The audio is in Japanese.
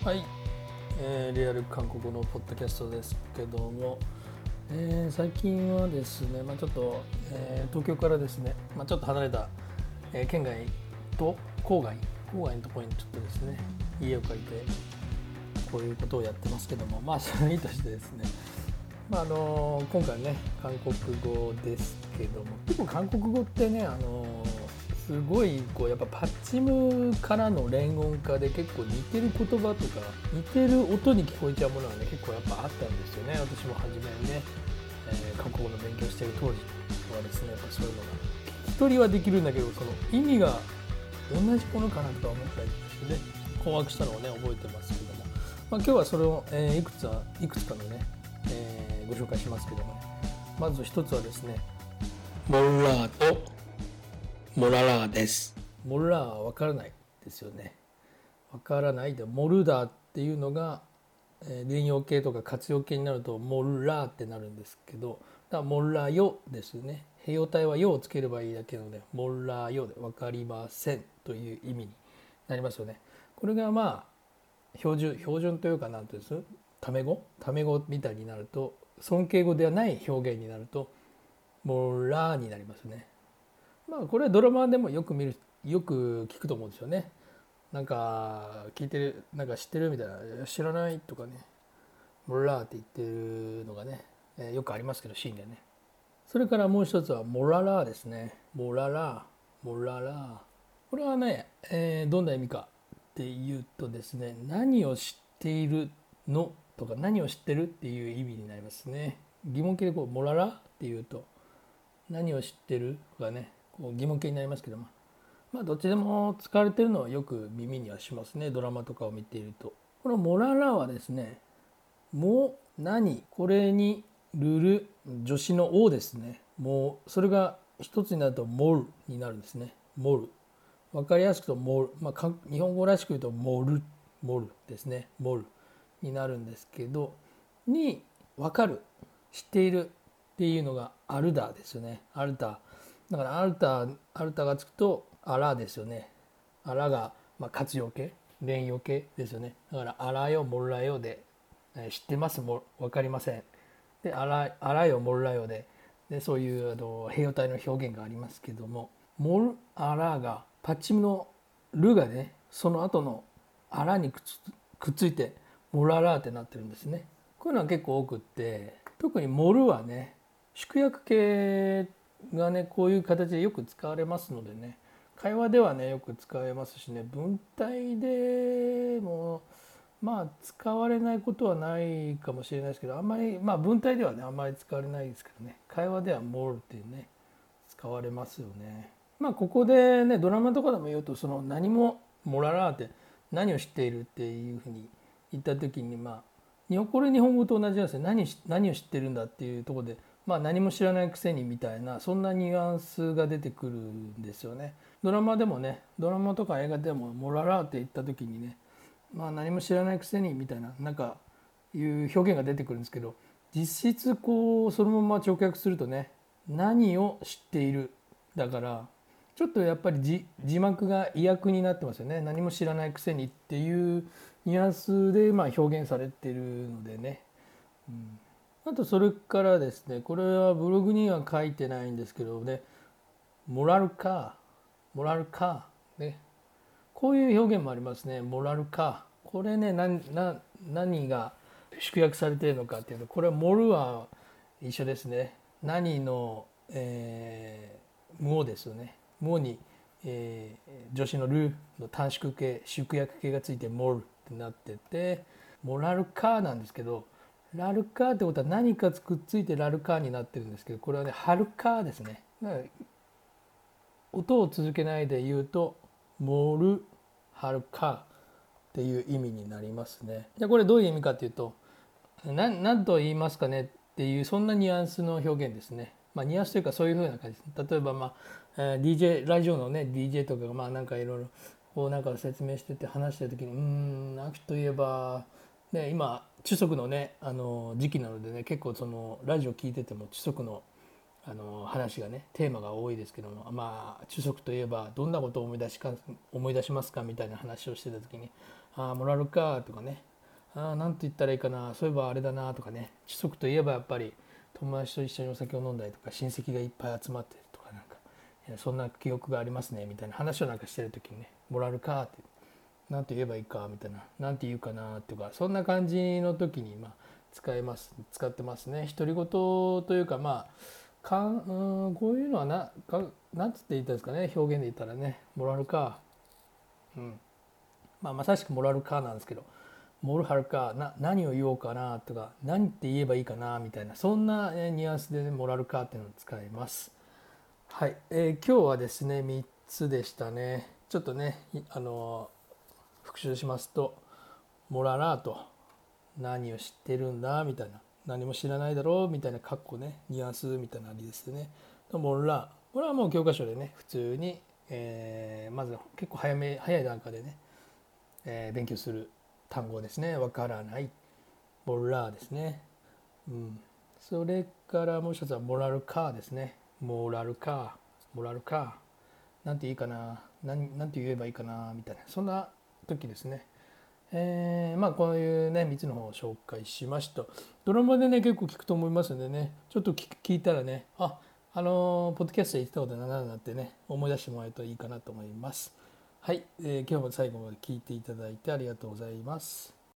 はい、リアル韓国語のポッドキャストですけども、最近はですね、ちょっと、東京からですね、ちょっと離れた、県外と郊外のところにちょっとですね、家を借りてこういうことをやってますけども、それいいとしてですね、今回ね韓国語ですけども、結構韓国語ってね、すごいこうやっぱパッチムからの連音化で結構似てる言葉とか似てる音に聞こえちゃうものはね結構やっぱあったんですよね。私も初めにね、韓国語の勉強している当時はですね、やっぱそういうのが聞き取りはできるんだけど、その意味が同じものかなとか思ったりしてね、困惑したのをね覚えてますけども、今日はそれを、いくつかのね、ご紹介しますけども、まず一つはですね、モラーとモララーです。モラーは分からないですよね。分からないで、モルダーっていうのが連用形とか活用形になるとモルラーってなるんですけど、だからモルラヨですね。併用体はヨをつければいいだけなので、モルラヨで分かりませんという意味になりますよね。これが標準というか、なんていうんです、タメ語みたいになると、尊敬語ではない表現になるとモラーになりますね。これはドラマでもよく聞くと思うんですよね。なんか聞いてる、なんか知ってるみたいな、知らないとかね、モラーって言ってるのがね、よくありますけど、シーンでね。それからもう一つはモララーですね。モララー。これはね、どんな意味かっていうとですね、何を知っているのとか何を知ってるっていう意味になりますね。疑問形でこうモララっていうと何を知ってるとかね、こう疑問形になりますけども、どっちでも使われているのはよく耳にはしますね、ドラマとかを見ていると。このモララはですね、も何、これにルル、助詞のおですね。もうそれが一つになるとモルになるんですね。モル。わかりやすくとモル、日本語らしく言うとモルですね。モルになるんですけど、にわかる、知っているっていうのがアルダですよね。アルタ。だからアルタがつくとアラですよね。アラが活用形、連用形ですよね。だからアラよモルラよで、知ってますも分かりません。でアラよモルラよでそういう併用体の表現がありますけども、モルアラがパッチムのルがね、その後のアラにくっついてモララーってなってるんですね。こういうのは結構多くって、特にモルはね、縮約形がねこういう形でよく使われますのでね、会話ではねよく使われますしね、文体でも使われないことはないかもしれないですけど、あんまり文体ではねあんまり使われないですけどね、会話ではモルっていうね使われますよね。ここでねドラマとかでも言うと、その何もモララーって何を知っているっていうふうに言った時に、これ日本語と同じなんですね。何を知ってるんだっていうところで、何も知らないくせにみたいな、そんなニュアンスが出てくるんですよね。ドラマでもね、ドラマとか映画でもモララーって言った時にね、何も知らないくせにみたいな、なんかいう表現が出てくるんですけど、実質こうそのまま直訳するとね、何を知っているだから、ちょっとやっぱり字幕が意訳になってますよね。何も知らないくせにっていうニュアンスで表現されているのでね、あとそれからですね、これはブログには書いてないんですけどね、モラルカね、こういう表現もありますね。モラルカー、これね、何が縮約されているのかっていうと、これはモルは一緒ですね。何の、無をですよね。無に、助詞のルの短縮形、縮約形がついてモルってなってて、モラルカーなんですけど、ラルカーってことは何かくっついてラルカーになってるんですけど、これはねハルカーですね。音を続けないで言うとモルハルカーっていう意味になりますね。じゃあこれどういう意味かっていうと、何と言いますかねっていう、そんなニュアンスの表現ですね。ニュアンスというかそういう風な感じです。例えばDJ ラジオのね DJ とかがなんかいろいろこうなんか説明してて話してる時に、秋といえばね、今中足のね時期なのでね、結構そのラジオ聞いてても中足の話がねテーマが多いですけども、中足といえばどんなことを思い出しますかみたいな話をしてた時に、 ああモラルかとかね、ああなんて言ったらいいかな、そういえばあれだなとかね、規則といえばやっぱり友達と一緒にお酒を飲んだりとか親戚がいっぱい集まってとかなんか、そんな記憶がありますねみたいな話をなんかしてる時にね、モラルかってなんて言えばいいかみたいな、なんて言うかなとか、そんな感じの時に使ってますね。独り言というか、こういうのはなんつって言ったんですかね、表現で言ったらね、モラルか、うん、まさしくモラルかなんですけど、モルハルか何を言おうかなとか、何って言えばいいかなみたいな、そんなニュアンスで、ね、モラルかっていうのを使います。はい、今日はですね3つでしたね。ちょっとね復習しますと、モララーと、何を知ってるんだみたいな、何も知らないだろうみたいな、カッコね、ニュアンスみたいなありですね。モラー、これはもう教科書でね普通に、まず結構早い段階でね、勉強する単語ですね。わからない、モラーですね。それからもう一つはモラルカーですね。モラルカー、モラルカー、なんていいかな、なんて言えばいいかなみたいな、そんな時ですね。こういうね3つの方を紹介しました。ドラマでね結構聞くと思いますんでね、ちょっと聞いたらね、ポッドキャストで言ってたことだなってね思い出してもらえるといいかなと思います。はい、今日も最後まで聞いていただいてありがとうございます。